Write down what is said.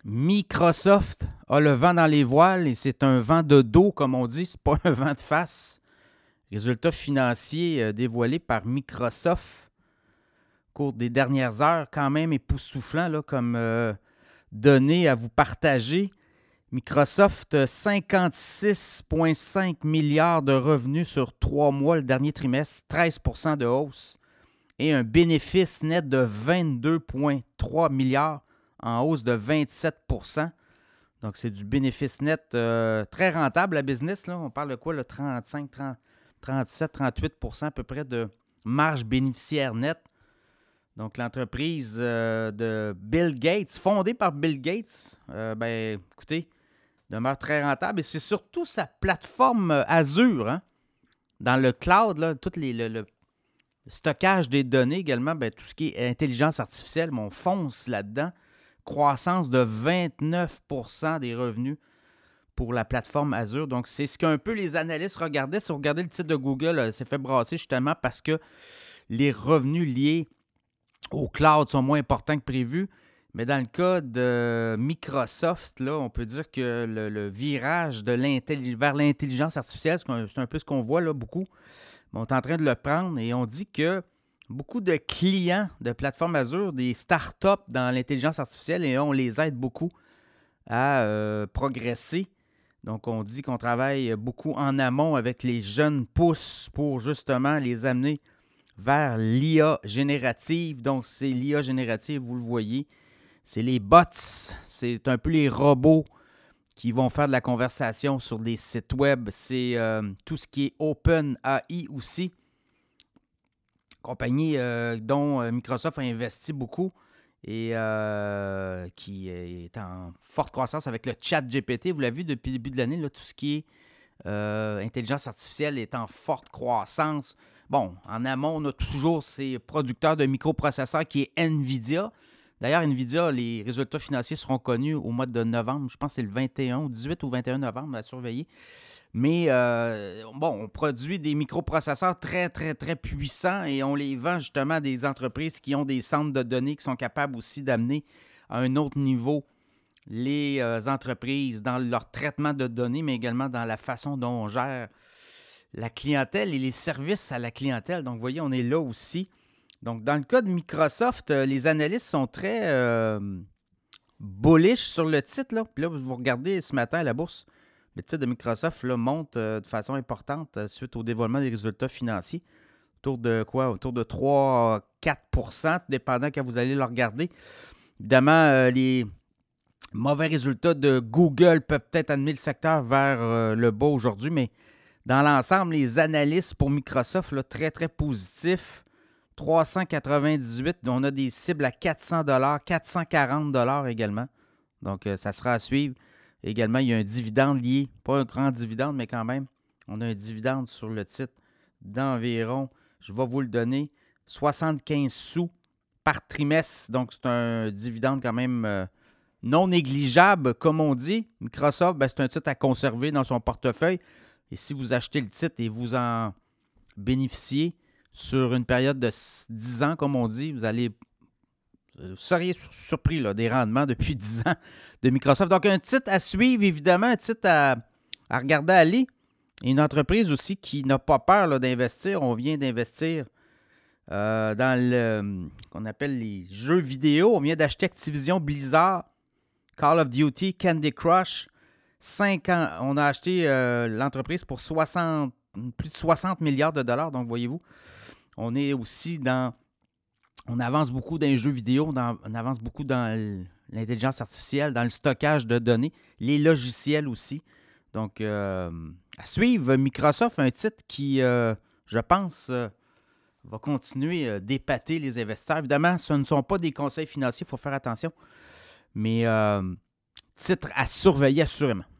Microsoft a le vent dans les voiles et c'est un vent de dos, comme on dit, c'est pas un vent de face. Résultats financiers dévoilés par Microsoft au cours des dernières heures, quand même époustouflant là, comme données à vous partager. Microsoft, 56,5 milliards de revenus sur 3 mois le dernier trimestre, 13% de hausse et un bénéfice net de 22,3 milliards en hausse de 27%. Donc, c'est du bénéfice net très rentable, la business. Là. On parle de quoi? Là, 35, 30, 37, 38% à peu près de marge bénéficiaire nette. Donc, l'entreprise de Bill Gates, fondée par Bill Gates, écoutez, demeure très rentable. Et c'est surtout sa plateforme Azure, hein, dans le cloud, là, tout le stockage des données également, tout ce qui est intelligence artificielle, on fonce là-dedans. Croissance de 29% des revenus pour la plateforme Azure. Donc, c'est ce qu'un peu les analystes regardaient. Si vous regardez le titre de Google, c'est fait brasser justement parce que les revenus liés au cloud sont moins importants que prévu. Mais dans le cas de Microsoft, là, on peut dire que le virage vers l'intelligence artificielle, c'est un peu ce qu'on voit là beaucoup. On est en train de le prendre et on dit que beaucoup de clients de plateforme Azure, des startups dans l'intelligence artificielle, et on les aide beaucoup à progresser. Donc, on dit qu'on travaille beaucoup en amont avec les jeunes pousses pour justement les amener vers l'IA générative. Donc, c'est l'IA générative, vous le voyez. C'est les bots, c'est un peu les robots qui vont faire de la conversation sur des sites web. C'est tout ce qui est OpenAI aussi. Compagnie dont Microsoft a investi beaucoup et qui est en forte croissance avec le chat GPT. Vous l'avez vu depuis le début de l'année, là, tout ce qui est intelligence artificielle est en forte croissance. Bon, en amont, on a toujours ces producteurs de microprocesseurs qui est NVIDIA. D'ailleurs, NVIDIA, les résultats financiers seront connus au mois de novembre. Je pense que c'est le 21, 18 ou 21 novembre à surveiller. Mais on produit des microprocesseurs très, très, très puissants et on les vend justement à des entreprises qui ont des centres de données qui sont capables aussi d'amener à un autre niveau les entreprises dans leur traitement de données, mais également dans la façon dont on gère la clientèle et les services à la clientèle. Donc, vous voyez, on est là aussi. Donc, dans le cas de Microsoft, les analystes sont très bullish sur le titre. Là. Puis là, vous regardez ce matin à la bourse, le titre de Microsoft là, monte de façon importante suite au dévoilement des résultats financiers. Autour de quoi? Autour de 3-4%, dépendant quand vous allez le regarder. Évidemment, les mauvais résultats de Google peuvent peut-être amener le secteur vers le bas aujourd'hui, mais dans l'ensemble, les analystes pour Microsoft, là, très, très positifs. 398, on a des cibles à 400 $, 440 $ également. Donc, ça sera à suivre. Également, il y a un dividende lié, pas un grand dividende, mais quand même, on a un dividende sur le titre d'environ, je vais vous le donner, 75 sous par trimestre. Donc, c'est un dividende quand même non négligeable, comme on dit. Microsoft, c'est un titre à conserver dans son portefeuille. Et si vous achetez le titre et vous en bénéficiez sur une période de 10 ans, comme on dit, vous seriez surpris là, des rendements depuis 10 ans de Microsoft. Donc, un titre à suivre, évidemment, un titre à regarder aller. Et une entreprise aussi qui n'a pas peur là, d'investir. On vient d'investir dans le qu'on appelle les jeux vidéo. On vient d'acheter Activision Blizzard, Call of Duty, Candy Crush. 5 ans. On a acheté l'entreprise pour plus de 60 milliards de dollars. Donc, voyez-vous, on est aussi dans... On avance beaucoup dans les jeux vidéo, on avance beaucoup dans l'intelligence artificielle, dans le stockage de données, les logiciels aussi. Donc, à suivre, Microsoft, un titre qui, je pense, va continuer d'épater les investisseurs. Évidemment, ce ne sont pas des conseils financiers, il faut faire attention. Mais titre à surveiller assurément.